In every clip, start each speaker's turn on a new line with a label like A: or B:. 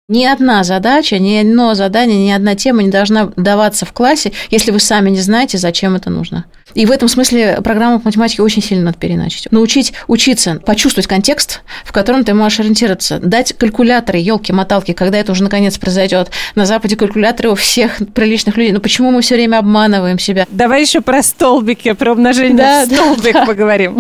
A: Ни одна задача, ни одно задание, ни одна тема не должна даваться в классе, если вы сами не знаете, зачем это нужно. И в этом смысле программу по математике очень сильно надо переначить. Научить учиться, почувствовать контекст, в котором ты можешь ориентироваться. Дать калькуляторы, елки-моталки, когда это уже наконец произойдет. На Западе калькуляторы у всех приличных людей. Но почему мы все время обманываем себя?
B: Давай еще про столбики, про умножение в столбик поговорим.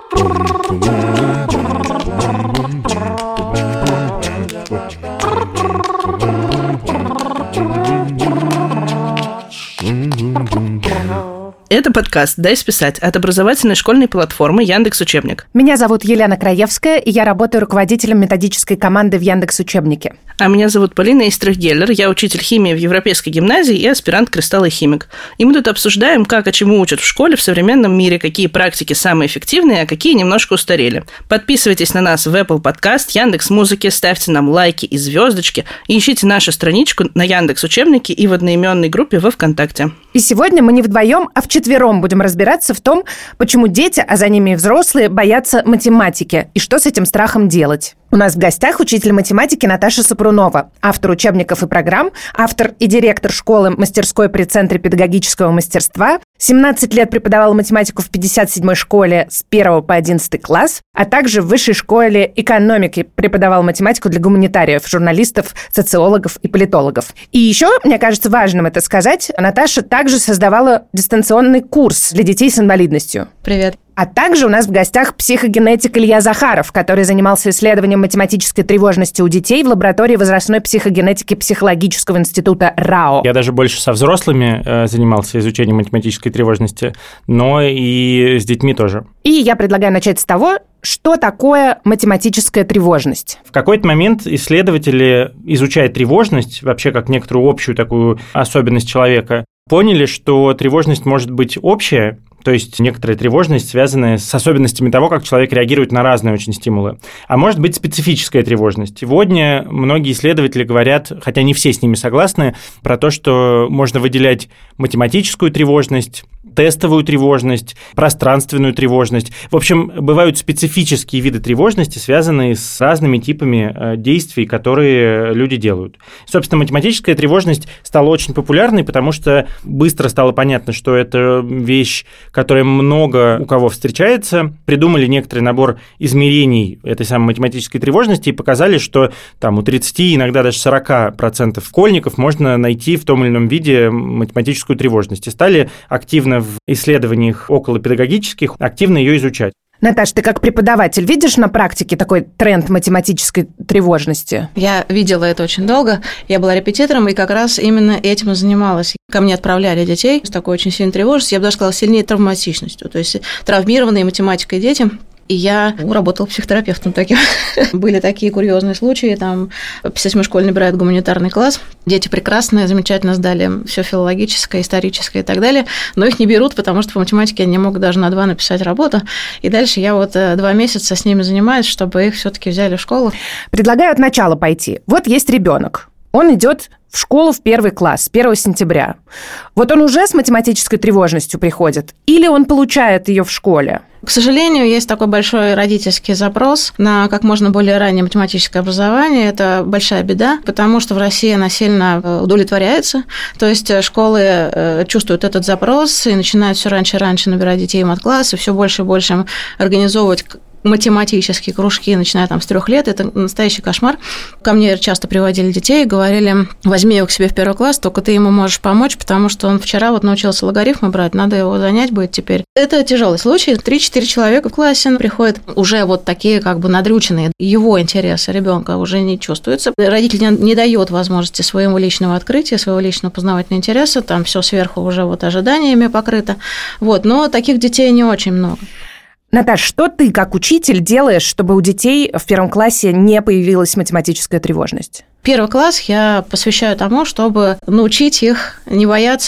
C: Это подкаст «Дай списать» от образовательной школьной платформы Яндекс.Учебник.
B: Меня зовут Елена Краевская, и я работаю руководителем методической команды в Яндекс.Учебнике.
C: А меня зовут Полина Истрах-Геллер, я учитель химии в Европейской гимназии и аспирант «Кристалл и химик». И мы тут обсуждаем, как и чему учат в школе в современном мире, какие практики самые эффективные, а какие немножко устарели. Подписывайтесь на нас в Apple Podcast, Яндекс.Музыке, ставьте нам лайки и звездочки, и ищите нашу страничку на Яндекс.Учебнике и в одноименной группе во ВКонтакте.
B: И сегодня мы не вдвоем, а вчетвером будем разбираться в том, почему дети, а за ними и взрослые, боятся математики, и что с этим страхом делать. У нас в гостях учитель математики Наташа Сапрунова, автор учебников и программ, автор и директор школы-мастерской при Центре педагогического мастерства, 17 лет преподавала математику в 57-й школе с 1 по 11 класс, а также в Высшей школе экономики преподавала математику для гуманитариев, журналистов, социологов и политологов. И еще, мне кажется, важным это сказать, Наташа также создавала дистанционный курс для детей с инвалидностью.
A: Привет.
B: А также у нас в гостях психогенетик Илья Захаров, который занимался исследованием математической тревожности у детей в лаборатории возрастной психогенетики Психологического института РАО.
D: Я даже больше со взрослыми занимался изучением математической тревожности, но и с детьми тоже.
B: И я предлагаю начать с того, что такое математическая тревожность.
D: В какой-то момент исследователи, изучая тревожность, вообще как некоторую общую такую особенность человека, поняли, что тревожность может быть общая, то есть некоторая тревожность, связанная с особенностями того, как человек реагирует на разные очень стимулы. А может быть специфическая тревожность. Сегодня многие исследователи говорят, хотя не все с ними согласны, про то, что можно выделять математическую тревожность, тестовую тревожность, пространственную тревожность. В общем, бывают специфические виды тревожности, связанные с разными типами действий, которые люди делают. Собственно, математическая тревожность стала очень популярной, потому что быстро стало понятно, что это вещь, которая много у кого встречается. Придумали некоторый набор измерений этой самой математической тревожности и показали, что там у 30, иногда даже 40% школьников можно найти в том или ином виде математическую тревожность. И стали активно в исследованиях околопедагогических активно ее изучать.
B: Наташ, ты как преподаватель видишь на практике такой тренд математической тревожности?
A: Я видела это очень долго. Я была репетитором, и как раз именно этим и занималась. Ко мне отправляли детей с такой очень сильной тревожностью, я бы даже сказала, сильнее травматичностью. То есть травмированные математикой дети. И я работала психотерапевтом таким. Были такие курьезные случаи. Там в 57-й школе набирают гуманитарный класс. Дети прекрасные, замечательно сдали все филологическое, историческое и так далее. Но их не берут, потому что по математике они не могут даже на 2 написать работу. И дальше я 2 месяца с ними занимаюсь, чтобы их все-таки взяли в школу.
B: Предлагаю от начала пойти. Вот есть ребенок. Он идет в школу в 1 класс, 1 сентября. Вот он уже с математической тревожностью приходит? Или он получает ее в школе?
A: К сожалению, есть такой большой родительский запрос на как можно более раннее математическое образование. Это большая беда, потому что в России она сильно удовлетворяется. То есть школы чувствуют этот запрос и начинают все раньше и раньше набирать детей в мат-класс, и все больше и больше им организовывать математические кружки, начиная там с 3 лет, это настоящий кошмар. Ко мне часто приводили детей и говорили: возьми его к себе в 1 класс, только ты ему можешь помочь, потому что он вчера научился логарифмы брать, надо его занять будет теперь. Это тяжелый случай. 3-4 человека в классе приходят уже такие надрюченные. Его интересы ребенка уже не чувствуются. Родитель не дает возможности своего личного открытия, своего личного познавательного интереса, там все сверху уже ожиданиями покрыто. Но таких детей не очень много.
B: Наташ, что ты, как учитель, делаешь, чтобы у детей в 1 классе не появилась математическая тревожность?
A: 1 класс я посвящаю тому, чтобы научить их не бояться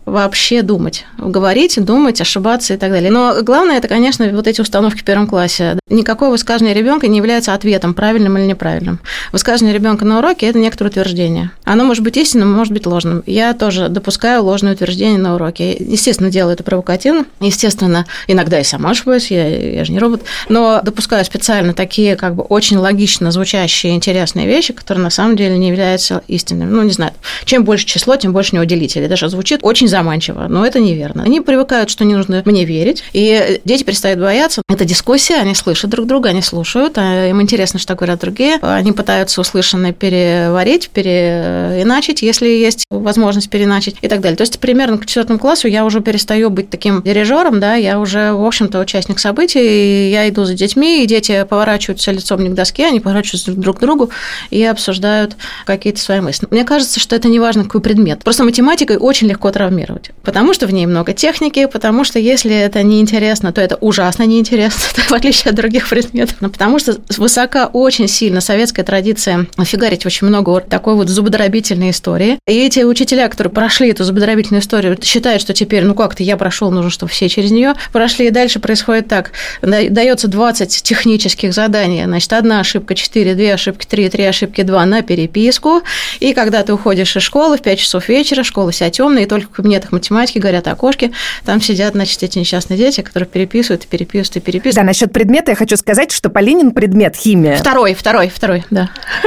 A: вообще думать. Говорить, думать, ошибаться и так далее. Но главное, это, конечно, вот эти установки в 1 классе. Никакое высказывание ребенка не является ответом, правильным или неправильным. Высказывание ребенка на уроке – это некоторое утверждение. Оно может быть истинным, может быть ложным. Я тоже допускаю ложные утверждения на уроке. Естественно, делаю это провокативно. Естественно, иногда и сама ошибаюсь, я же не робот. Но допускаю специально такие как бы очень логично звучащие интересные вещи, которые на самом деле не являются истинными. Ну, не знаю, чем больше число, тем больше у него делителей. Даже звучит очень заманчиво, но это неверно. Они привыкают, что не нужно мне верить, и дети перестают бояться. Это дискуссия, они слышат друг друга, они слушают, им интересно, что говорят другие. Они пытаются услышанное переварить, переиначить, если есть возможность переиначить и так далее. То есть примерно к 4 классу я уже перестаю быть таким дирижером, да, я уже, в общем-то, участник событий, и я иду за детьми, и дети поворачиваются лицом не к доске, они поворачиваются друг к другу и обсуждают какие-то свои мысли. Мне кажется, что это не важно, какой предмет. Просто математикой очень легко травмировать, потому что в ней много техники, потому что если это неинтересно, то это ужасно неинтересно, в отличие от других предметов. Но потому что высока очень сильно советская традиция фигарить очень много такой вот зубодробительной истории. И эти учителя, которые прошли эту зубодробительную историю, считают, что теперь, ну как-то я прошел, нужно, чтобы все через нее прошли. И дальше происходит так. Дается 20 технических заданий. Значит, 1 ошибка 4, 2 ошибки 3, 3 ошибки 2 на переписку. И когда ты уходишь из школы в 5 часов вечера, школа вся темная, и только в кабинетах математики горят окошки, там сидят, значит, эти несчастные дети, которые переписывают и переписывают и переписывают.
B: Да, насчет предмета я хочу сказать, что Полинин предмет химия.
A: Второй, да.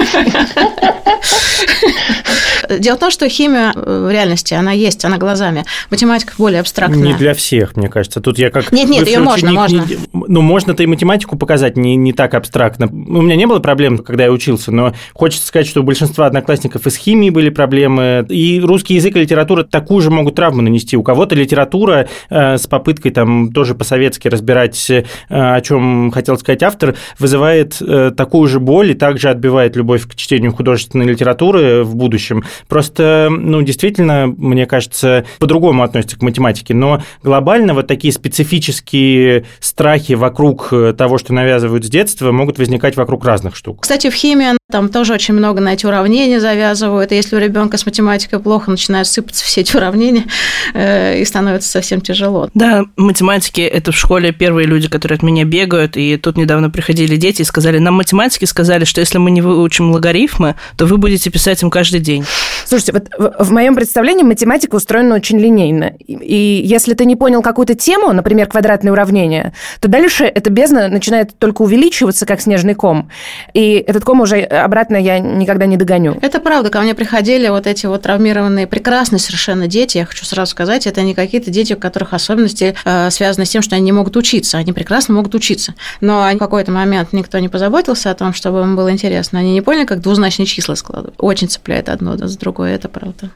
A: Дело в том, что химия в реальности, она есть, она глазами. Математика более абстрактная.
D: Не для всех, мне кажется. Тут я как...
A: Нет, ее можно.
D: Ну, можно-то и математику показать не так абстрактно. У меня не было проблем, когда я учился, но хочется сказать, что у большинства одноклассников и с химией были проблемы, и русский язык и литература такую же могут травму нанести. У кого-то литература с попыткой там тоже по-советски разбирать, о чем хотел сказать автор, вызывает такую же боль и также отбивает любовь к чтению художественной литературы в будущем. Просто, ну, действительно, мне кажется, по-другому относятся к математике, но глобально вот такие специфические страхи вокруг того, что навязывают с детства, могут возникать вокруг разных штук.
A: Кстати, в химии там тоже очень много на эти уравнения завязывают, и если у ребенка с математикой плохо, начинают сыпаться все эти уравнения, и становится совсем тяжело.
C: Да, математики – это в школе первые люди, которые от меня бегают, и тут недавно приходили дети и сказали, нам математики сказали, что если мы не выучим логарифмы, то вы будете писать им каждый день.
B: Слушайте, вот в моем представлении математика устроена очень линейно, и если ты не понял какую-то тему, например, квадратные уравнения, то дальше эта бездна начинает только увеличиваться, как снежный ком, и этот ком уже обратно я никогда не догоню.
A: Это правда, ко мне приходили вот эти вот травмированные, прекрасные совершенно дети, я хочу сразу сказать, это не какие-то дети, у которых особенности связаны с тем, что они не могут учиться, они прекрасно могут учиться, но в какой-то момент никто не позаботился о том, чтобы им было интересно, они не поняли, как двузначные числа складывать. Очень цепляет одно с другой, это правда.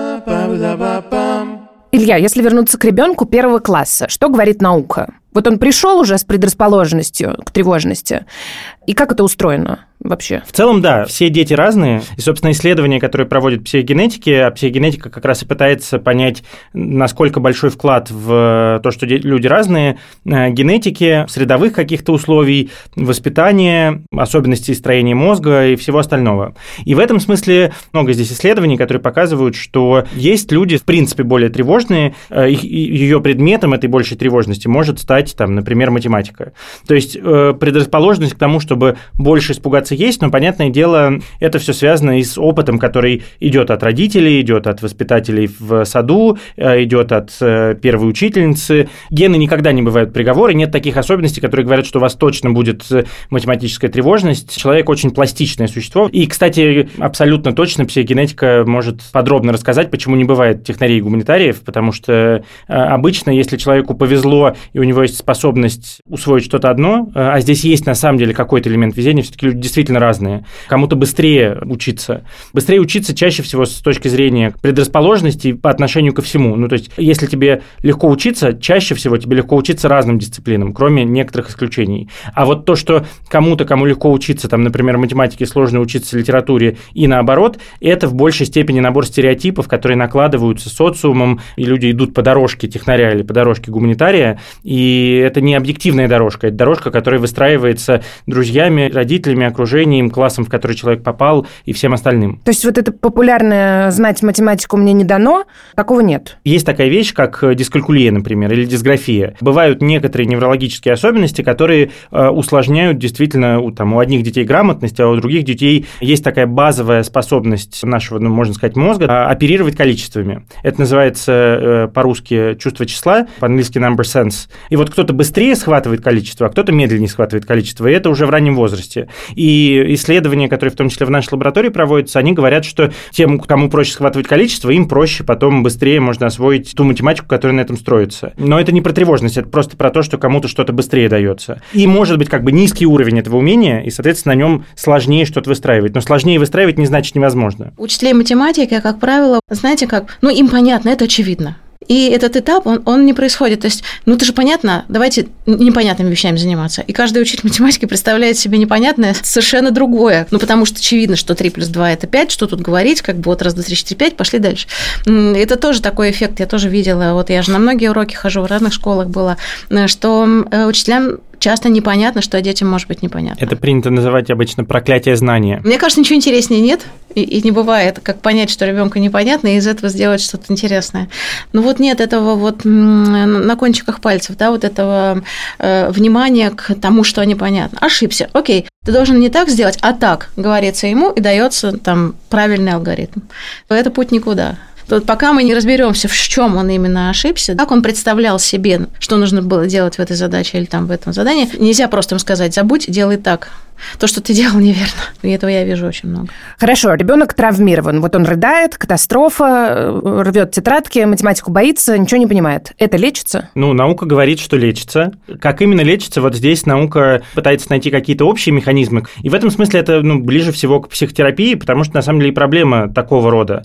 B: Илья, если вернуться к ребенку 1 класса, что говорит наука? Вот он пришел уже с предрасположенностью к тревожности, и как это устроено вообще?
D: В целом, да, все дети разные, и, собственно, исследования, которые проводят психогенетики, а психогенетика как раз и пытается понять, насколько большой вклад в то, что люди разные, генетики, средовых каких-то условий, воспитания, особенностей строения мозга и всего остального. И в этом смысле много здесь исследований, которые показывают, что есть люди, в принципе, более тревожные, ее предметом этой большей тревожности может стать, там, например, математика. То есть предрасположенность к тому, чтобы больше испугаться, есть, но, понятное дело, это все связано и с опытом, который идет от родителей, идет от воспитателей в саду, идет от первой учительницы. Гены никогда не бывают приговоры, нет таких особенностей, которые говорят, что у вас точно будет математическая тревожность. Человек очень пластичное существо. И, кстати, абсолютно точно психогенетика может подробно рассказать, почему не бывает технарей и гуманитариев, потому что обычно, если человеку повезло, и у него есть способность усвоить что-то одно, а здесь есть на самом деле какой-то элемент везения, все-таки люди действительно разные. Кому-то быстрее учиться. Быстрее учиться чаще всего с точки зрения предрасположенности по отношению ко всему. Ну, то есть, если тебе легко учиться, чаще всего тебе легко учиться разным дисциплинам, кроме некоторых исключений. А вот то, что кому-то, кому легко учиться, там, например, математике сложно учиться литературе и наоборот, это в большей степени набор стереотипов, которые накладываются социумом, и люди идут по дорожке технаря или по дорожке гуманитария, и это не объективная дорожка, это дорожка, которая выстраивается друзьями друзьями, родителями, окружением, классом, в который человек попал, и всем остальным.
B: То есть вот это популярное «знать математику мне не дано», такого нет?
D: Есть такая вещь, как дискалькулия, например, или дисграфия. Бывают некоторые неврологические особенности, которые усложняют действительно у одних детей грамотность, а у других детей есть такая базовая способность нашего, можно сказать, мозга оперировать количествами. Это называется по-русски чувство числа, по-английски number sense. И вот кто-то быстрее схватывает количество, а кто-то медленнее схватывает количество, и это уже в раннем возрасте. И исследования, которые в том числе в нашей лаборатории проводятся, они говорят, что тем, кому проще схватывать количество, им проще потом быстрее можно освоить ту математику, которая на этом строится. Но это не про тревожность, это просто про то, что кому-то что-то быстрее дается. И может быть низкий уровень этого умения, и, соответственно, на нем сложнее что-то выстраивать. Но сложнее выстраивать не значит невозможно.
A: Учителей математики, как правило, знаете как, им понятно, это очевидно. И этот этап, он не происходит. То есть, это же понятно, давайте непонятными вещами заниматься. И каждый учитель математики представляет себе непонятное совершенно другое. Потому что очевидно, что 3 плюс 2 – это 5, что тут говорить, раз, два, три, четыре, 5, пошли дальше. Это тоже такой эффект, я тоже видела. Я же на многие уроки хожу, в разных школах была, что учителям часто непонятно, что детям может быть непонятно.
D: Это принято называть обычно проклятие знания.
A: Мне кажется, ничего интереснее нет, и не бывает, как понять, что ребенку непонятно, и из этого сделать что-то интересное. Нет этого на кончиках пальцев, этого внимания к тому, что непонятно. Ошибся. Окей, ты должен не так сделать, а так, говорится ему, и дается правильный алгоритм. Это путь никуда. Пока мы не разберемся, в чем он именно ошибся, как он представлял себе, что нужно было делать в этой задаче или в этом задании, нельзя просто ему сказать: забудь, делай так. То, что ты делал, неверно. И этого я вижу очень много.
B: Хорошо, ребенок травмирован. Он рыдает, катастрофа, рвет тетрадки, математику боится, ничего не понимает. Это лечится?
D: Наука говорит, что лечится. Как именно лечится, здесь наука пытается найти какие-то общие механизмы. И в этом смысле это ближе всего к психотерапии, потому что на самом деле и проблема такого рода.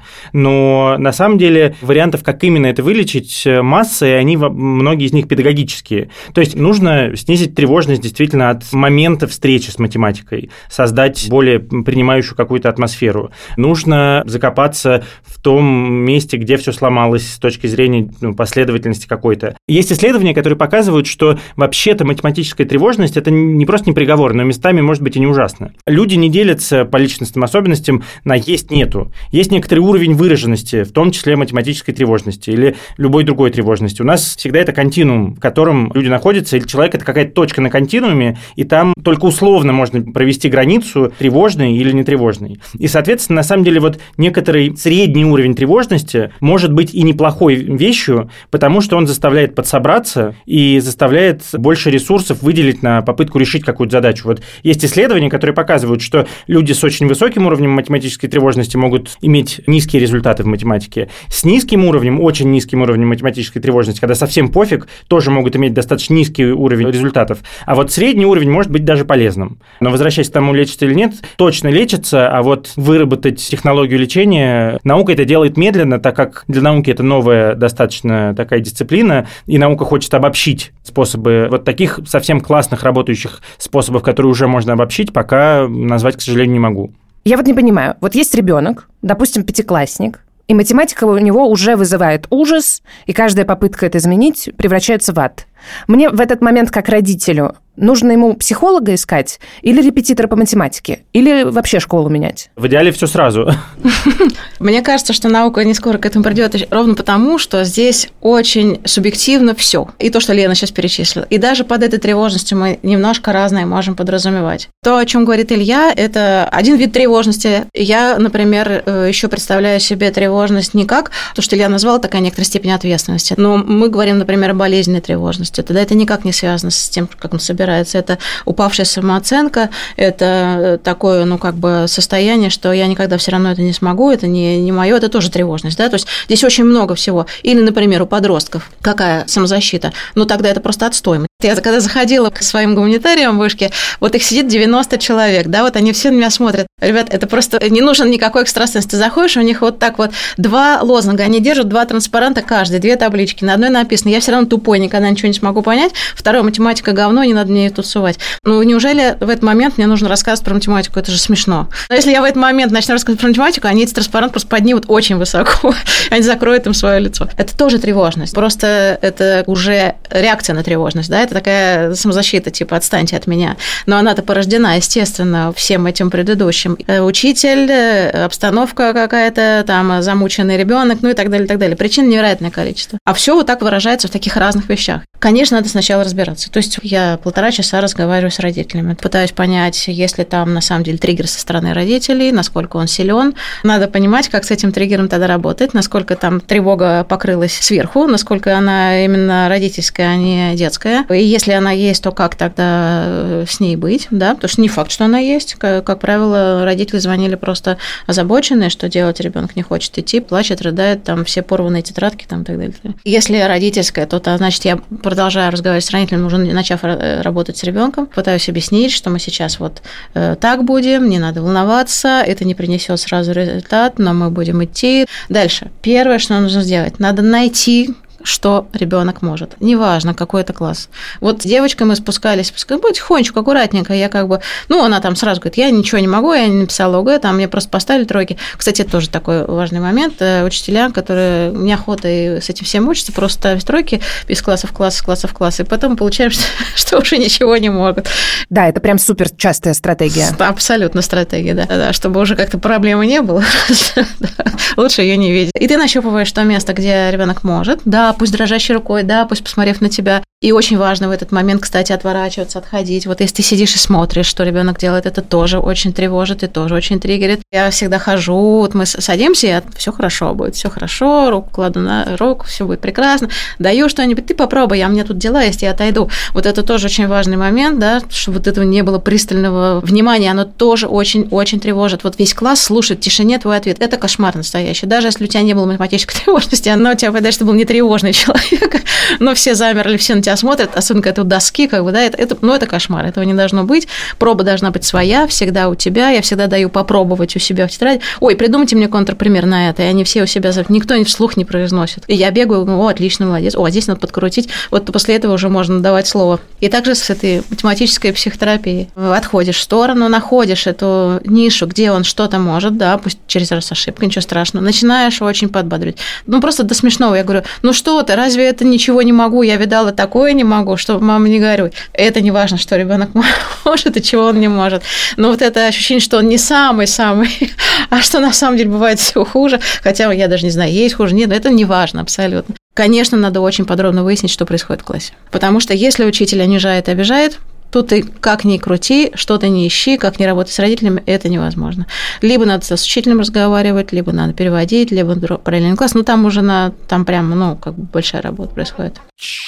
D: Но на самом деле вариантов, как именно это вылечить, масса, и они, многие из них педагогические. То есть нужно снизить тревожность действительно от момента встречи с математикой, создать более принимающую какую-то атмосферу. Нужно закопаться в том месте, где все сломалось с точки зрения последовательности какой-то. Есть исследования, которые показывают, что вообще-то математическая тревожность – это не просто не приговор, но местами может быть и не ужасно. Люди не делятся по личностным особенностям на «есть-нету». Есть некоторый уровень выраженности, в том числе математической тревожности или любой другой тревожности. У нас всегда это континуум, в котором люди находятся, или человек – это какая-то точка на континууме, и там только условно можно провести границу тревожной или нетревожной. И, соответственно, на самом деле некоторый средний уровень тревожности может быть и неплохой вещью, потому что он заставляет подсобраться и заставляет больше ресурсов выделить на попытку решить какую-то задачу. Есть исследования, которые показывают, что люди с очень высоким уровнем математической тревожности могут иметь низкие результаты в математике. С низким уровнем, очень низким уровнем математической тревожности, когда совсем пофиг, тоже могут иметь достаточно низкий уровень результатов. А средний уровень может быть даже полезным. Но возвращаясь к тому, лечится или нет, точно лечится, а выработать технологию лечения, наука это делает медленно, так как для науки это новая достаточно такая дисциплина, и наука хочет обобщить способы таких совсем классных работающих способов, которые уже можно обобщить, пока назвать, к сожалению, не могу.
B: Я не понимаю. Есть ребенок, допустим, 5-классник, и математика у него уже вызывает ужас, и каждая попытка это изменить превращается в ад. Мне в этот момент, как родителю, нужно ему психолога искать или репетитора по математике, или вообще школу менять?
D: В идеале все сразу.
A: Мне кажется, что наука не скоро к этому придет, ровно потому, что здесь очень субъективно все. И то, что Лена сейчас перечислила. И даже под этой тревожностью мы немножко разное можем подразумевать. То, о чем говорит Илья, это один вид тревожности. Я, например, еще представляю себе тревожность не как то, что Илья назвал, такая некоторая степень ответственности. Но мы говорим, например, о болезненной тревожности. Тогда это никак не связано с тем, как он собирается. Это упавшая самооценка, это такое, состояние, что я никогда все равно это не смогу, это не мое, это тоже тревожность, да, то есть здесь очень много всего. Или, например, у подростков какая самозащита? Тогда это просто отстой. Я когда заходила к своим гуманитариям в вышке, их сидит 90 человек, да, они все на меня смотрят. Ребят, это просто не нужен никакой экстрасенс. Ты заходишь, у них так 2 лозунга, они держат 2 транспаранта каждый, 2 таблички, на одной написано: я все равно тупой, никогда ничего не смогу понять. Второе: математика говно, не надо мне тут сувать. Неужели в этот момент мне нужно рассказывать про математику? Это же смешно. Но если я в этот момент начну рассказывать про математику, они эти транспаранты просто поднимут очень высоко, они закроют им свое лицо. Это тоже тревожность. Просто это уже реакция на тревожность, да, это такая самозащита, типа, отстаньте от меня. Но она-то порождена, естественно, всем этим предыдущим. Учитель, обстановка какая-то, там, замученный ребенок, ну и так далее, и так далее. Причин невероятное количество. А все вот так выражается в таких разных вещах. Конечно, надо сначала разбираться. То есть я 1,5 часа разговариваю с родителями, пытаюсь понять, есть ли там на самом деле триггер со стороны родителей, насколько он силен. Надо понимать, как с этим триггером тогда работать, насколько там тревога покрылась сверху, насколько она именно родительская, а не детская. И если она есть, то как тогда с ней быть, да? Потому что не факт, что она есть. Как правило, родители звонили просто озабоченные, что делать, ребенок не хочет идти, плачет, рыдает, там все порванные тетрадки там, и так далее. Если родительская, то значит, я продолжаю разговаривать с родителем, уже начав работать с ребенком, пытаюсь объяснить, что мы сейчас вот так будем, не надо волноваться, это не принесет сразу результат, но мы будем идти. Дальше. Первое, что нужно сделать, надо найти, что ребенок может. Неважно, какой это класс. Вот с девочкой мы спускались потихонечку, аккуратненько. Я она там сразу говорит, я ничего не могу, я не написала ОГЭ, там мне просто поставили тройки. Кстати, это тоже такой важный момент. Учителя, которые неохота и с этим всем учатся, просто ставят тройки из класса в класс, и потом получаем, что уже ничего не могут.
B: Да, это прям супер частая стратегия.
A: Абсолютно стратегия, да. Чтобы уже как-то проблемы не было, лучше ее не видеть. И ты нащупываешь то место, где ребенок может, да, пусть дрожащей рукой, да, пусть посмотрев на тебя. И очень важно в этот момент, кстати, отворачиваться, отходить. Вот если ты сидишь и смотришь, что ребенок делает, это тоже очень тревожит и тоже очень триггерит. Я всегда хожу, вот мы садимся, и все хорошо будет, все хорошо, руку кладу на руку, все будет прекрасно. Даю что-нибудь, ты попробуй, у меня тут дела есть, я отойду. Вот это тоже очень важный момент, да, чтобы вот этого не было пристального внимания, оно тоже очень-очень тревожит. Вот весь класс слушает в тишине твой ответ. Это кошмар настоящий. Даже если у тебя не было математической тревожности, оно у тебя, дальше ты был не тревожный человек, но все замерли, все на тебя смотрят, особенно когда ты у доски, это кошмар, этого не должно быть. Проба должна быть своя, всегда у тебя. Я всегда даю попробовать у себя в тетради. Ой, придумайте мне контрпример на это, и они все у себя, никто вслух не произносит. И я бегаю, отлично, молодец, здесь надо подкрутить. Вот после этого уже можно давать слово. И также с этой математической психотерапией. Отходишь в сторону, находишь эту нишу, где он что-то может, да, пусть через раз ошибка, ничего страшного. Начинаешь очень подбадривать. Просто до смешного. Я говорю, что ты, разве это ничего не могу? Я видала такое не могу, что мама не горюй. Это не важно, что ребенок может и чего он не может. Но вот это ощущение, что он не самый-самый, а что на самом деле бывает все хуже, хотя я даже не знаю, есть хуже, нет, это не важно абсолютно. Конечно, надо очень подробно выяснить, что происходит в классе. Потому что если учитель унижает и обижает, тут ты как ни крути, что ты не ищи, как ни работать с родителями, это невозможно. Либо надо с учителем разговаривать, либо надо переводить, либо параллельный класс. Там уже прям большая работа происходит.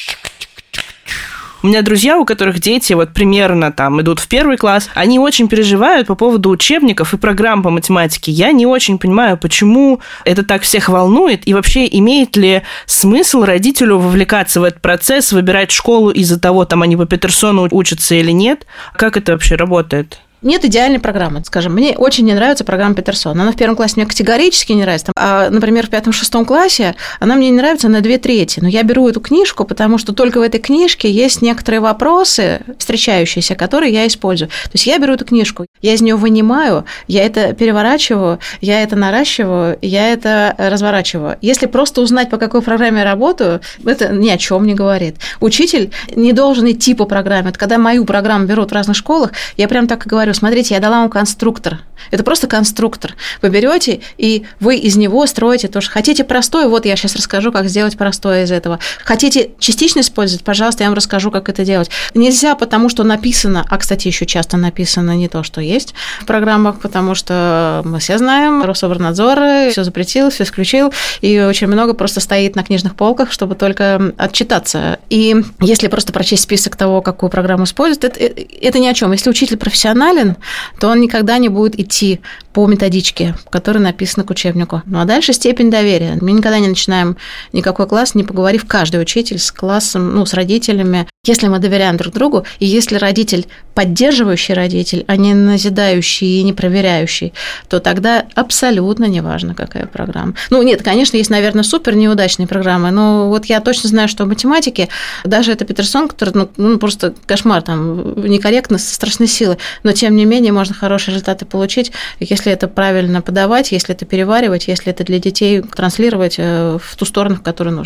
C: У меня друзья, у которых дети примерно идут в 1 класс, они очень переживают по поводу учебников и программ по математике. Я не очень понимаю, почему это так всех волнует, и вообще имеет ли смысл родителю вовлекаться в этот процесс, выбирать школу из-за того, они по Петерсону учатся или нет. Как это вообще работает?
A: Нет идеальной программы, скажем. Мне очень не нравится программа Петерсона. Она в 1 классе мне категорически не нравится. А, например, в 5-6 классе она мне не нравится на 2/3. Но я беру эту книжку, потому что только в этой книжке есть некоторые вопросы, встречающиеся, которые я использую. То есть я беру эту книжку, я из нее вынимаю, я это переворачиваю, я это наращиваю, я это разворачиваю. Если просто узнать, по какой программе я работаю, это ни о чем не говорит. Учитель не должен идти по программе. Это когда мою программу берут в разных школах, я прям так и говорю: смотрите, я дала вам конструктор. Это просто конструктор. Вы берете, и вы из него строите то, что хотите простое. Вот я сейчас расскажу, как сделать простое из этого. Хотите частично использовать, пожалуйста, я вам расскажу, как это делать. Нельзя, потому что написано, а, кстати, еще часто написано не то, что есть в программах, потому что мы все знаем, Рособорнадзор все запретил, все исключил, и очень много просто стоит на книжных полках, чтобы только отчитаться. И если просто прочесть список того, какую программу используют, это ни о чем. Если учитель профессионален, то он никогда не будет идти по методичке, которая написана к учебнику. Ну а дальше степень доверия. Мы никогда не начинаем никакой класс, не поговорив каждый учитель с классом, с родителями. Если мы доверяем друг другу, и если родитель поддерживающий родитель, а не назидающий и не проверяющий, то тогда абсолютно неважно, какая программа. Нет, конечно, есть, наверное, супер неудачные программы, но вот я точно знаю, что в математике даже это Петерсон, который, просто кошмар, некорректно, со страшной силой, но тем не менее можно хорошие результаты получить, если это правильно подавать, если это переваривать, если это для детей транслировать в ту сторону, в которую нужно.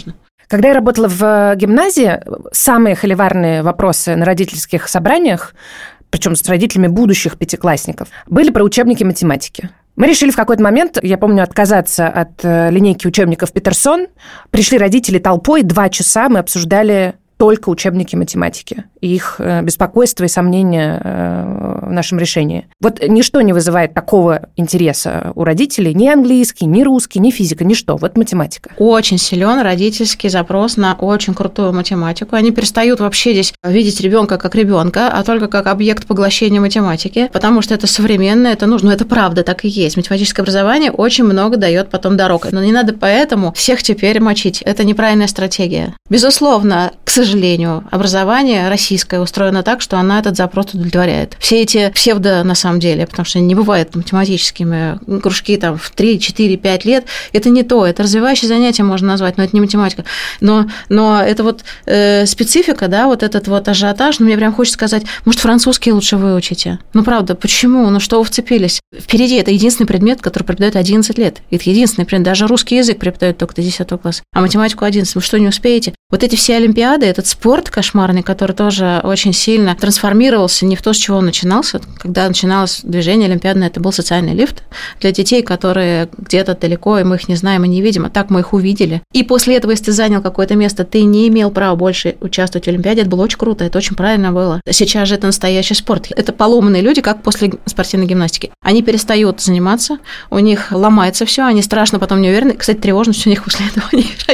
B: Когда я работала в гимназии, самые холиварные вопросы на родительских собраниях, причем с родителями будущих пятиклассников, были про учебники математики. Мы решили в какой-то момент, я помню, отказаться от линейки учебников Петерсон. Пришли родители толпой, 2 часа мы обсуждали только учебники математики и их беспокойство и сомнения в нашем решении. Вот ничто не вызывает такого интереса у родителей, ни английский, ни русский, ни физика, ничто. Вот математика.
A: Очень силен родительский запрос на очень крутую математику. Они перестают вообще здесь видеть ребенка как ребенка, а только как объект поглощения математики, потому что это современно, это нужно, это правда, так и есть. Математическое образование очень много дает потом дорог. Но не надо поэтому всех теперь мочить. Это неправильная стратегия. Безусловно, к сожалению, образование российское устроено так, что она этот запрос удовлетворяет. Все эти псевдо, на самом деле, потому что они не бывают математическими, кружки там в 3, 4, 5 лет, это не то, это развивающее занятие можно назвать, но это не математика. Но это вот специфика, да, вот этот вот ажиотаж, мне прям хочется сказать, может, французский лучше выучите? Ну, правда, почему? Ну, что вы вцепились? Впереди это единственный предмет, который преподают 11 лет. Это единственный предмет, даже русский язык преподают только до 10 класса, а математику 11. Вы что, не успеете? Вот эти все олимпиады, этот спорт кошмарный, который тоже очень сильно трансформировался не в то, с чего он начинался. Когда начиналось движение олимпиадное, это был социальный лифт для детей, которые где-то далеко, и мы их не знаем и не видим, а так мы их увидели. И после этого, если ты занял какое-то место, ты не имел права больше участвовать в олимпиаде, это было очень круто, это очень правильно было. Сейчас же это настоящий спорт. Это поломанные люди, как после спортивной гимнастики. Они перестают заниматься, у них ломается все, они страшно потом не уверены. Кстати, тревожность у них после этого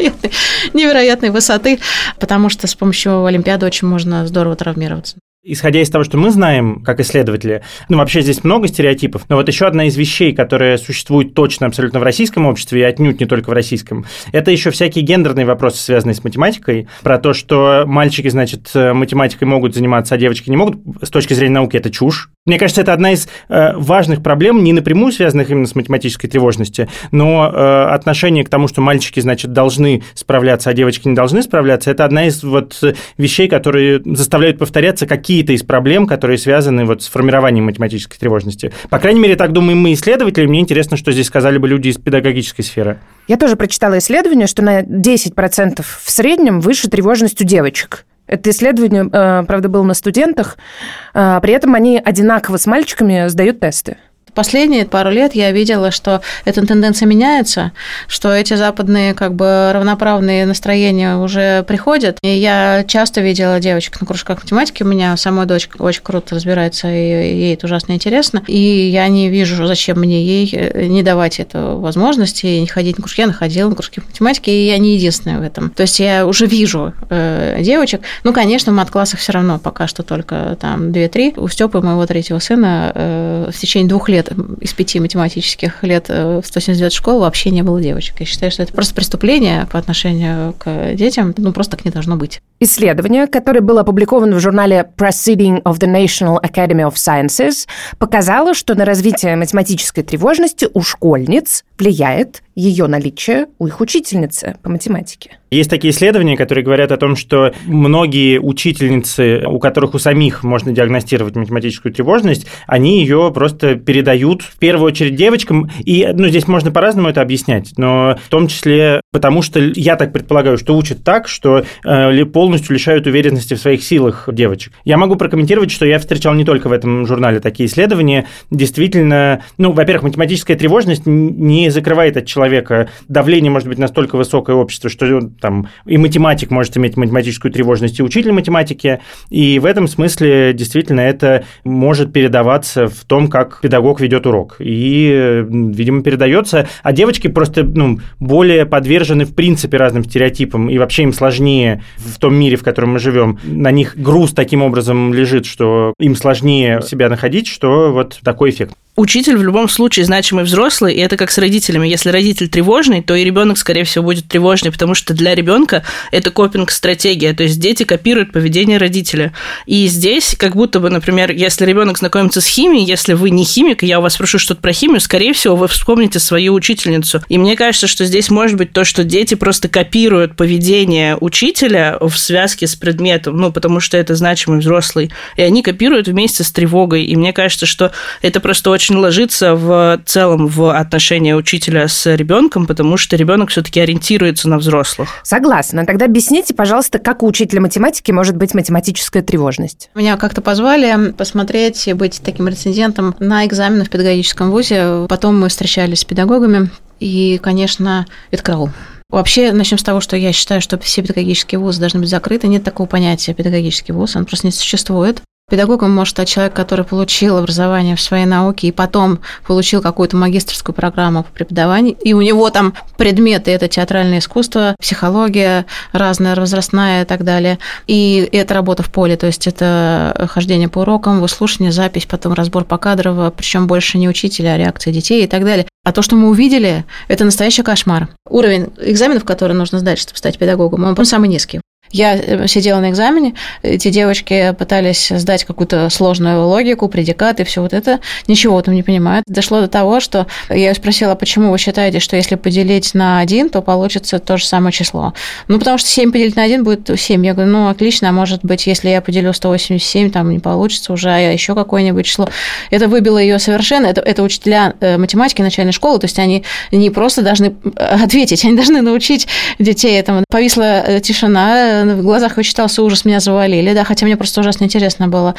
A: невероятной высоты, потому что с помощью олимпиады очень можно здорово травмироваться.
D: Исходя из того, что мы знаем, как исследователи, вообще здесь много стереотипов, но вот еще одна из вещей, которая существует точно абсолютно в российском обществе, и отнюдь не только в российском, это еще всякие гендерные вопросы, связанные с математикой, про то, что мальчики, значит, математикой могут заниматься, а девочки не могут, с точки зрения науки это чушь. Мне кажется, это одна из важных проблем, не напрямую связанных именно с математической тревожностью, но отношение к тому, что мальчики, значит, должны справляться, а девочки не должны справляться, это одна из вот вещей, которые заставляют повторяться какие-то из проблем, которые связаны вот с формированием математической тревожности. По крайней мере, так думаем мы, исследователи. Мне интересно, что здесь сказали бы люди из педагогической сферы.
B: Я тоже прочитала исследование, что на 10% в среднем выше тревожность у девочек. Это исследование, правда, было на студентах. При этом они одинаково с мальчиками сдают тесты.
A: Последние пару лет я видела, что эта тенденция меняется, что эти западные как бы равноправные настроения уже приходят. И я часто видела девочек на кружках математики. У меня самой дочка очень круто разбирается, и ей это ужасно интересно. И я не вижу, зачем мне ей не давать эту возможность и не ходить на кружки. Я ходила на кружки математики, и я не единственная в этом. То есть я уже вижу девочек. Ну, конечно, в мат-классах все равно пока что только там 2-3. У Стёпы, моего 3-го сына, в течение 2 лет из 5 математических лет в 179 школ вообще не было девочек. Я считаю, что это просто преступление по отношению к детям. Ну, просто так не должно быть.
B: Исследование, которое было опубликовано в журнале Proceeding of the National Academy of Sciences, показало, что на развитие математической тревожности у школьниц влияет ее наличие у их учительницы по математике.
D: Есть такие исследования, которые говорят о том, что многие учительницы, у которых у самих можно диагностировать математическую тревожность, они ее просто передают в первую очередь девочкам. И здесь можно по-разному это объяснять, но в том числе потому, что я так предполагаю, что учат так, что полностью лишают уверенности в своих силах девочек. Я могу прокомментировать, что я встречал не только в этом журнале такие исследования. Действительно, во-первых, математическая тревожность не закрывает от человека. Давление может быть настолько высокое общество, что там и математик может иметь математическую тревожность, и учитель математики. И в этом смысле действительно это может передаваться в том, как педагог ведет урок. И, видимо, передается. А девочки просто более подвержены в принципе разным стереотипам, и вообще им сложнее в том мире, в котором мы живем. На них груз таким образом лежит, что им сложнее себя находить, что вот такой эффект.
C: Учитель в любом случае значимый взрослый, и это как с родителями. Если родитель тревожный, то и ребенок, скорее всего, будет тревожный, потому что для ребенка это копинг-стратегия, то есть дети копируют поведение родителя. И здесь, как будто бы, например, если ребенок знакомится с химией, если вы не химик, и я у вас спрошу что-то про химию, скорее всего, вы вспомните свою учительницу. И мне кажется, что здесь может быть то, что дети просто копируют поведение учителя в связке с предметом, потому что это значимый взрослый, и они копируют вместе с тревогой. И мне кажется, что это просто очень очень ложится в целом в отношения учителя с ребенком, потому что ребенок все-таки ориентируется на взрослых.
B: Согласна. Тогда объясните, пожалуйста, как у учителя математики может быть математическая тревожность?
A: Меня как-то позвали посмотреть и быть таким рецензентом на экзамены в педагогическом вузе. Потом мы встречались с педагогами, и, конечно, это караул. Вообще, начнем с того, что я считаю, что все педагогические вузы должны быть закрыты. Нет такого понятия педагогический вуз, он просто не существует. Педагогом может стать человек, который получил образование в своей науке и потом получил какую-то магистерскую программу по преподаванию, и у него там предметы – это театральное искусство, психология разная, возрастная и так далее. И это работа в поле, то есть это хождение по урокам, выслушивание, запись, потом разбор покадрово, причем больше не учителя, а реакция детей и так далее. А то, что мы увидели, это настоящий кошмар. Уровень экзаменов, который нужно сдать, чтобы стать педагогом, он самый низкий. Я сидела на экзамене, эти девочки пытались сдать какую-то сложную логику, предикаты, все вот это, ничего там не понимают. Дошло до того, что я спросила, почему вы считаете, что если поделить на 1, то получится то же самое число? Ну, потому что 7 поделить на 1 будет 7. Я говорю, ну, отлично, а может быть, если я поделю 187, там не получится уже, а еще какое-нибудь число. Это выбило ее совершенно. Это учителя математики начальной школы, то есть они не просто должны ответить, они должны научить детей этому. Повисла тишина, в глазах вычитался ужас, меня завалили, да, хотя мне просто ужасно интересно было.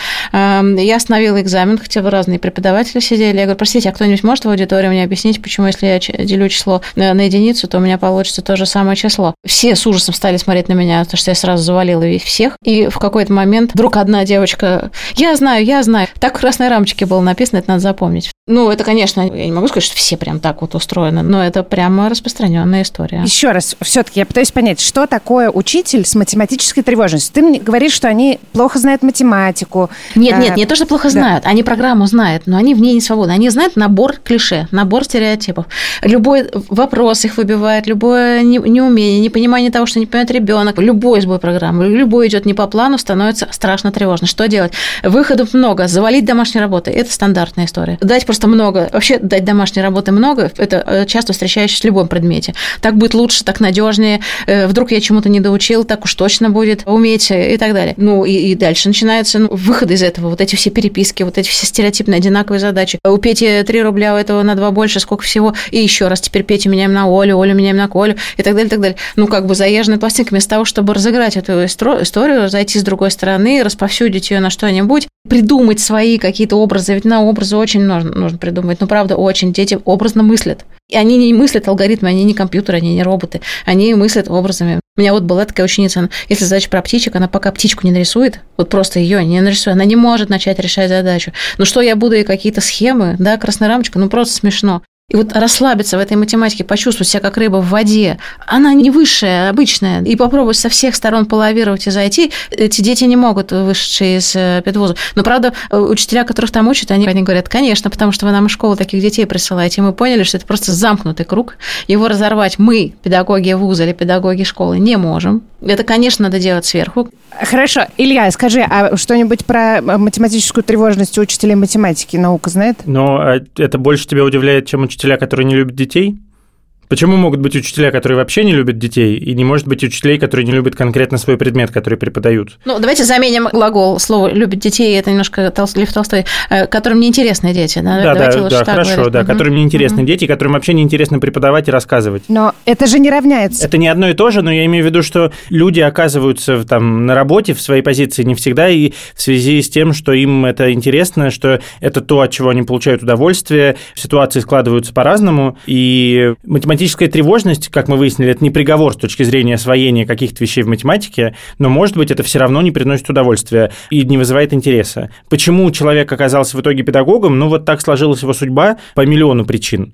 A: Я остановила экзамен, хотя бы разные преподаватели сидели. Я говорю, простите, а кто-нибудь может в аудитории мне объяснить, почему, если я делю число на единицу, то у меня получится то же самое число? Все с ужасом стали смотреть на меня, потому что я сразу завалила всех. И в какой-то момент вдруг одна девочка, я знаю. Так в красной рамочке было написано, это надо запомнить. Ну, это, конечно, я не могу сказать, что все прям так вот устроены, но это прямо распространенная история.
B: Еще раз, все-таки я пытаюсь понять, что такое учитель с математической тревожностью. Ты мне говоришь, что они плохо знают математику.
A: Нет, не то, что плохо знают. Они программу знают, но они в ней не свободны. Они знают набор клише, набор стереотипов. Любой вопрос их выбивает, любое неумение, непонимание того, что не понимает ребенок. Любой сбой программы, любой идет не по плану, становится страшно тревожно. Что делать? Выходов много. Завалить домашней работой – это стандартная история. Дать просто много. Вообще дать домашней работы много – это часто встречающееся в любом предмете. Так будет лучше, так надежнее. Вдруг я чему-то не доучил, так уж точно будет уметь и так далее. Ну, и дальше начинаются выходы из этого. Вот эти все переписки, вот эти все стереотипные одинаковые задачи. У Пети 3 рубля, у этого на 2 больше, сколько всего. И еще раз теперь Петю меняем на Олю, Олю меняем на Колю и так далее, и так далее. Ну, как бы заезженная пластинка, вместо того, чтобы разыграть эту историю, зайти с другой стороны, расповсюдить ее на что-нибудь, придумать свои какие-то образы. Ведь на образы очень нужно придумать. Ну, правда, очень. Дети образно мыслят. И они не мыслят алгоритмы, они не компьютеры, они не роботы. Они мыслят образами. У меня вот была такая ученица, если задача про птичек, она пока птичку не нарисует, вот просто ее не нарисует, она не может начать решать задачу. Ну что я буду, и какие-то схемы, да, красная рамочка, ну просто смешно. И вот расслабиться в этой математике, почувствовать себя как рыба в воде, она не высшая, обычная, и попробовать со всех сторон полавировать и зайти, эти дети не могут, вышедшие из педвуза. Но, правда, учителя, которых там учат, они говорят, конечно, потому что вы нам из школы таких детей присылаете, и мы поняли, что это просто замкнутый круг, его разорвать мы, педагоги вуза или педагоги школы, не можем. Это, конечно, надо делать сверху.
B: Хорошо. Илья, скажи, а что-нибудь про математическую тревожность у учителей математики наука знает?
D: Но это больше тебя удивляет, чем учителя, которые не любят детей? Почему могут быть учителя, которые вообще не любят детей, и не может быть учителей, которые не любят конкретно свой предмет, который преподают?
A: Ну, давайте заменим глагол, слово «любят детей», это немножко Лев Толстой, которым неинтересны дети.
D: Да, хорошо, говорить. Да, которым неинтересны дети, которым вообще неинтересно преподавать и рассказывать.
B: Но это же не равняется.
D: Это не одно и то же, но я имею в виду, что люди оказываются там на работе в своей позиции не всегда, и в связи с тем, что им это интересно, что это то, от чего они получают удовольствие, ситуации складываются по-разному, и математическая тревожность, как мы выяснили, это не приговор с точки зрения освоения каких-то вещей в математике, но, может быть, это все равно не приносит удовольствия и не вызывает интереса. Почему человек оказался в итоге педагогом? Ну, вот так сложилась его судьба по миллиону причин.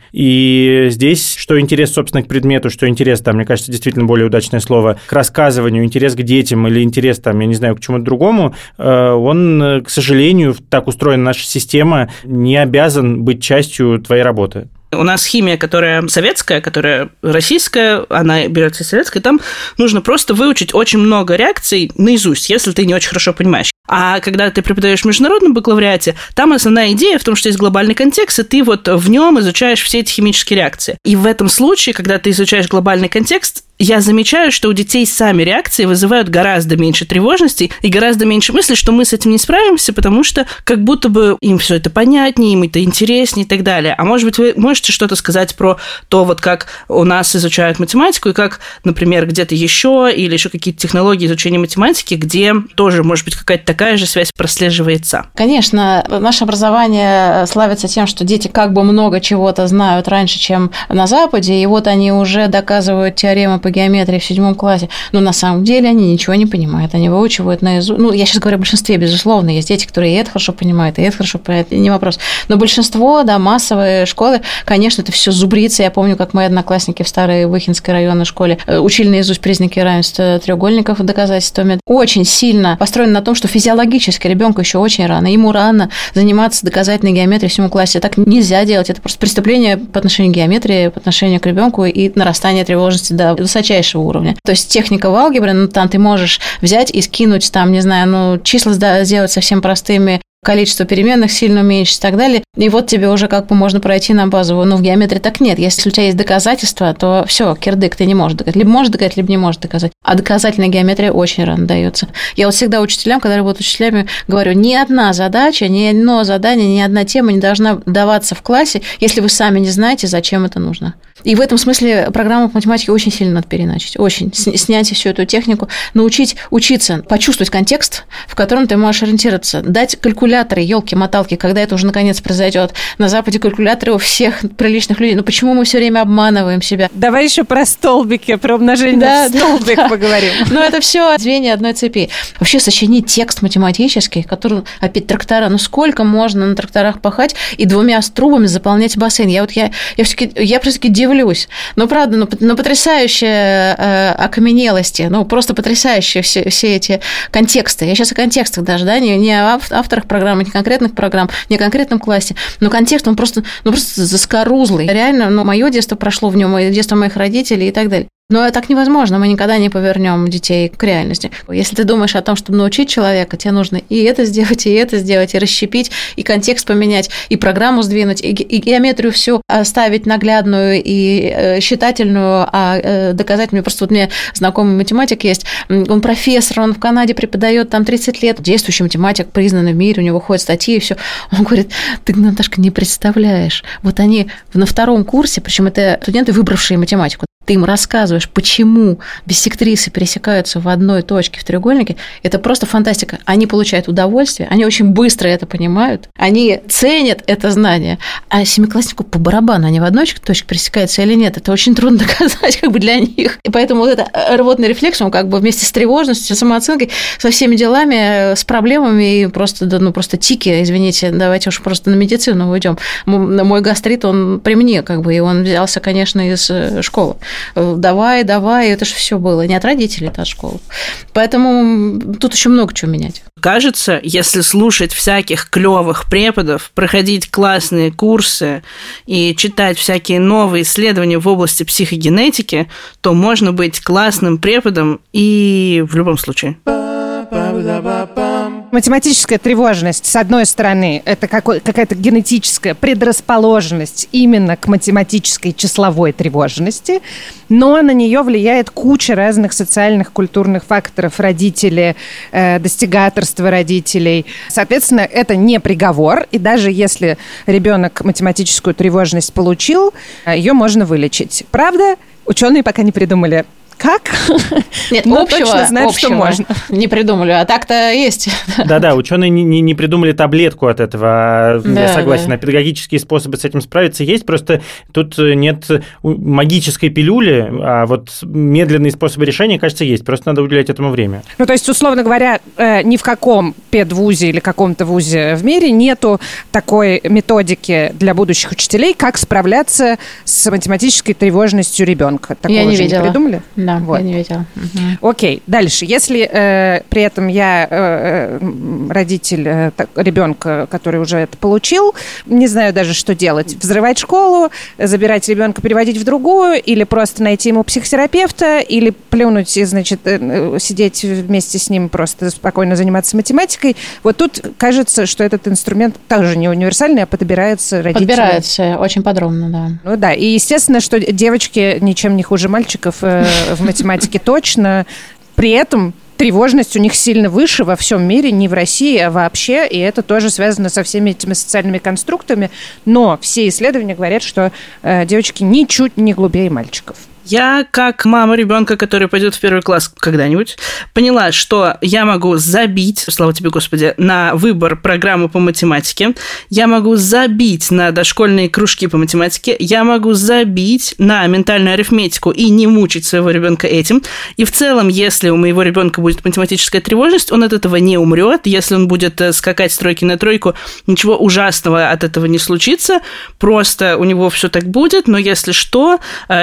D: И здесь, что интерес, собственно, к предмету, что интерес, там, мне кажется, действительно более удачное слово, к рассказыванию, интерес к детям или интерес, там, я не знаю, к чему-то другому, он, к сожалению, так устроена наша система, не обязан быть частью твоей работы.
C: У нас химия, которая советская, которая российская, она берется из советской, там нужно просто выучить очень много реакций наизусть, если ты не очень хорошо понимаешь. А когда ты преподаешь в международном бакалавриате, там основная идея в том, что есть глобальный контекст, и ты вот в нем изучаешь все эти химические реакции. И в этом случае, когда ты изучаешь глобальный контекст, я замечаю, что у детей сами реакции вызывают гораздо меньше тревожности и гораздо меньше мысли, что мы с этим не справимся, потому что как будто бы им все это понятнее, им это интереснее и так далее. А может быть, вы можете что-то сказать про то, вот как у нас изучают математику, и как, например, где-то еще, или еще какие-то технологии изучения математики, где тоже, может быть, какая-то такая же связь прослеживается?
A: Конечно, наше образование славится тем, что дети как бы много чего-то знают раньше, чем на Западе, и вот они уже доказывают теоремы по геометрии в 7 классе, но на самом деле они ничего не понимают, они выучивают наизусть. Ну, я сейчас говорю о большинстве, безусловно, есть дети, которые и это хорошо понимают, и это хорошо понимают, не вопрос. Но большинство, да, массовые школы, конечно, это все зубрится. Я помню, как мои одноклассники в старой Выхинской районной школе учили наизусть признаки равенства треугольников и доказательствами. Очень сильно построено на том, что физиологически ребенку еще очень рано, ему рано заниматься доказательной геометрией в 7 классе. Так нельзя делать. Это просто преступление по отношению к геометрии, по отношению к ребенку и нарастание тревожности до высочайшего уровня. То есть техника в алгебре, ну, там ты можешь взять и скинуть, там, не знаю, ну, числа сделать совсем простыми, количество переменных сильно уменьшить и так далее. И вот тебе уже как бы можно пройти на базовую. Но в геометрии так нет. Если у тебя есть доказательства, то все, кирдык, ты не можешь доказать. Либо можешь доказать, либо не можешь доказать. А доказательная геометрия очень рано дается. Я вот всегда учителям, когда работаю учителями, говорю, ни одна задача, ни одно задание, ни одна тема не должна даваться в классе, если вы сами не знаете, зачем это нужно. И в этом смысле программу по математике очень сильно надо переначить. Очень. Снять всю эту технику, научить учиться, почувствовать контекст, в котором ты можешь ориентироваться, дать калькуляторы, елки-моталки, когда это уже наконец произойдет. На Западе калькуляторы у всех приличных людей. Но почему мы все время обманываем себя?
B: Давай еще про столбики, про умножение на столбик поговорим.
A: Но это все звенья одной цепи. Вообще сочинить текст математический, который опять трактора. Ну сколько можно на тракторах пахать и 2 трубами заполнять бассейн? Я просто дивлюсь. Ну правда, но потрясающие окаменелости, ну просто потрясающие все эти контексты. Я сейчас о контекстах даже, да, не о авторах программы, не конкретных программ, не о конкретном классе, но контекст, он просто заскорузлый. Реально, мое детство прошло в нем, детство моих родителей и так далее. Но так невозможно, мы никогда не повернем детей к реальности. Если ты думаешь о том, чтобы научить человека, тебе нужно и это сделать, и расщепить, и контекст поменять, и программу сдвинуть, и геометрию всю оставить наглядную и считательную, а доказательную. Просто вот у меня знакомый математик есть, он профессор, он в Канаде преподает там 30 лет, действующий математик, признанный в мире, у него ходят статьи и все. Он говорит, ты, Наташка, не представляешь, вот они на 2 курсе, причем это студенты, выбравшие математику, ты им рассказываешь, почему биссектрисы пересекаются в одной точке в треугольнике, это просто фантастика. Они получают удовольствие, они очень быстро это понимают, они ценят это знание, а 7-класснику по барабану, они в одной точке пересекаются или нет, это очень трудно доказать как бы для них. И поэтому вот это рвотный рефлекс, он как бы вместе с тревожностью, самооценкой, со всеми делами, с проблемами и просто тики, извините, давайте уж просто на медицину уйдем. Мой гастрит, он при мне как бы, и он взялся, конечно, из школы. Давай, это же все было. Не от родителей, это от школы. Поэтому тут еще много чего менять.
C: Кажется, если слушать всяких клевых преподов, проходить классные курсы и читать всякие новые исследования в области психогенетики, то можно быть классным преподом и в любом случае.
B: Математическая тревожность, с одной стороны, это какая-то генетическая предрасположенность именно к математической числовой тревожности, но на нее влияет куча разных социальных, культурных факторов, родители, достигаторство родителей. Соответственно, это не приговор, и даже если ребенок математическую тревожность получил, ее можно вылечить. Правда? Ученые пока не придумали, как?
A: Нет,
B: но точно знают, что можно.
A: Не придумали, а так-то есть.
D: Да-да, ученые не придумали таблетку от этого, я согласен. А педагогические способы с этим справиться есть, просто тут нет магической пилюли, а вот медленные способы решения, кажется, есть, просто надо уделять этому время.
B: Ну, то есть, условно говоря, ни в каком педвузе или каком-то вузе в мире нету такой методики для будущих учителей, как справляться с математической тревожностью ребенка. Такого
A: я не
B: же
A: видела.
B: Не придумали?
A: Да,
B: вот.
A: Я не видела.
B: Окей, дальше. Если при этом я родитель ребенка, который уже это получил, не знаю даже, что делать. Взрывать школу, забирать ребенка, переводить в другую, или просто найти ему психотерапевта, или плюнуть и, значит, сидеть вместе с ним, просто спокойно заниматься математикой. Вот тут кажется, что этот инструмент также не универсальный, а подбирается родителям.
A: Подбирается очень подробно, да.
B: Ну да, и естественно, что девочки ничем не хуже мальчиков в математике точно. При этом тревожность у них сильно выше во всем мире, не в России, а вообще, и это тоже связано со всеми этими социальными конструктами. Но все исследования говорят, что девочки ничуть не глупее мальчиков.
C: Я, как мама ребенка, который пойдет в 1 класс когда-нибудь, поняла, что я могу забить, слава тебе, Господи, на выбор программы по математике, я могу забить на дошкольные кружки по математике, я могу забить на ментальную арифметику и не мучить своего ребенка этим. И в целом, если у моего ребенка будет математическая тревожность, он от этого не умрет. Если он будет скакать с тройки на тройку, ничего ужасного от этого не случится. Просто у него все так будет. Но если что,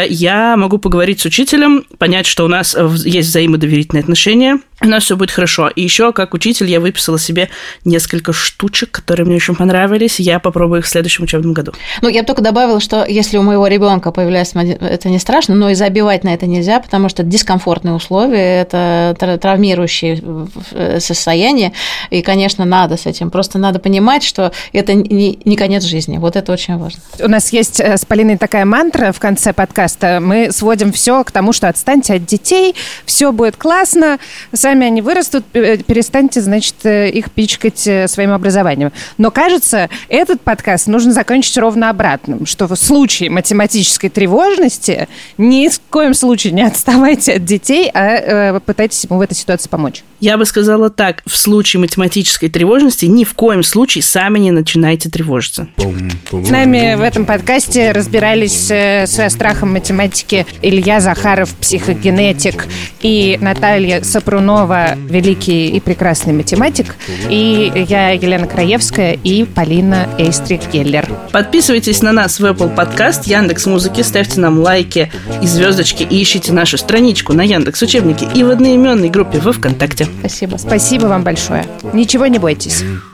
C: я могу поговорить с учителем, понять, что у нас есть взаимодоверительные отношения, у нас все будет хорошо. И еще, как учитель, я выписала себе несколько штучек, которые мне очень понравились. Я попробую их в следующем учебном году.
A: Ну, я бы только добавила, что если у моего ребенка появляется, это не страшно, но и забивать на это нельзя, потому что это дискомфортные условия, это травмирующие состояние, и, конечно, надо с этим. Просто надо понимать, что это не конец жизни. Вот это очень важно.
B: У нас есть с Полиной такая мантра в конце подкаста. Мы сводим все к тому, что отстаньте от детей, все будет классно, сами они вырастут, перестаньте, значит, их пичкать своим образованием. Но, кажется, этот подкаст нужно закончить ровно обратным, что в случае математической тревожности ни в коем случае не отставайте от детей, а пытайтесь ему в этой ситуации помочь.
C: Я бы сказала так, в случае математической тревожности ни в коем случае сами не начинайте тревожиться.
B: С нами в этом подкасте разбирались со страхом математики Илья Захаров, психогенетик, и Наталья Сапрунова, великий и прекрасный математик, и я, Елена Краевская, и Полина Эйстрих-Геллер.
C: Подписывайтесь на нас в Apple Podcast, Яндекс.Музыке, ставьте нам лайки и звездочки, и ищите нашу страничку на Яндекс.Учебнике и в одноименной группе во ВКонтакте.
A: Спасибо.
B: Спасибо вам большое. Ничего не бойтесь.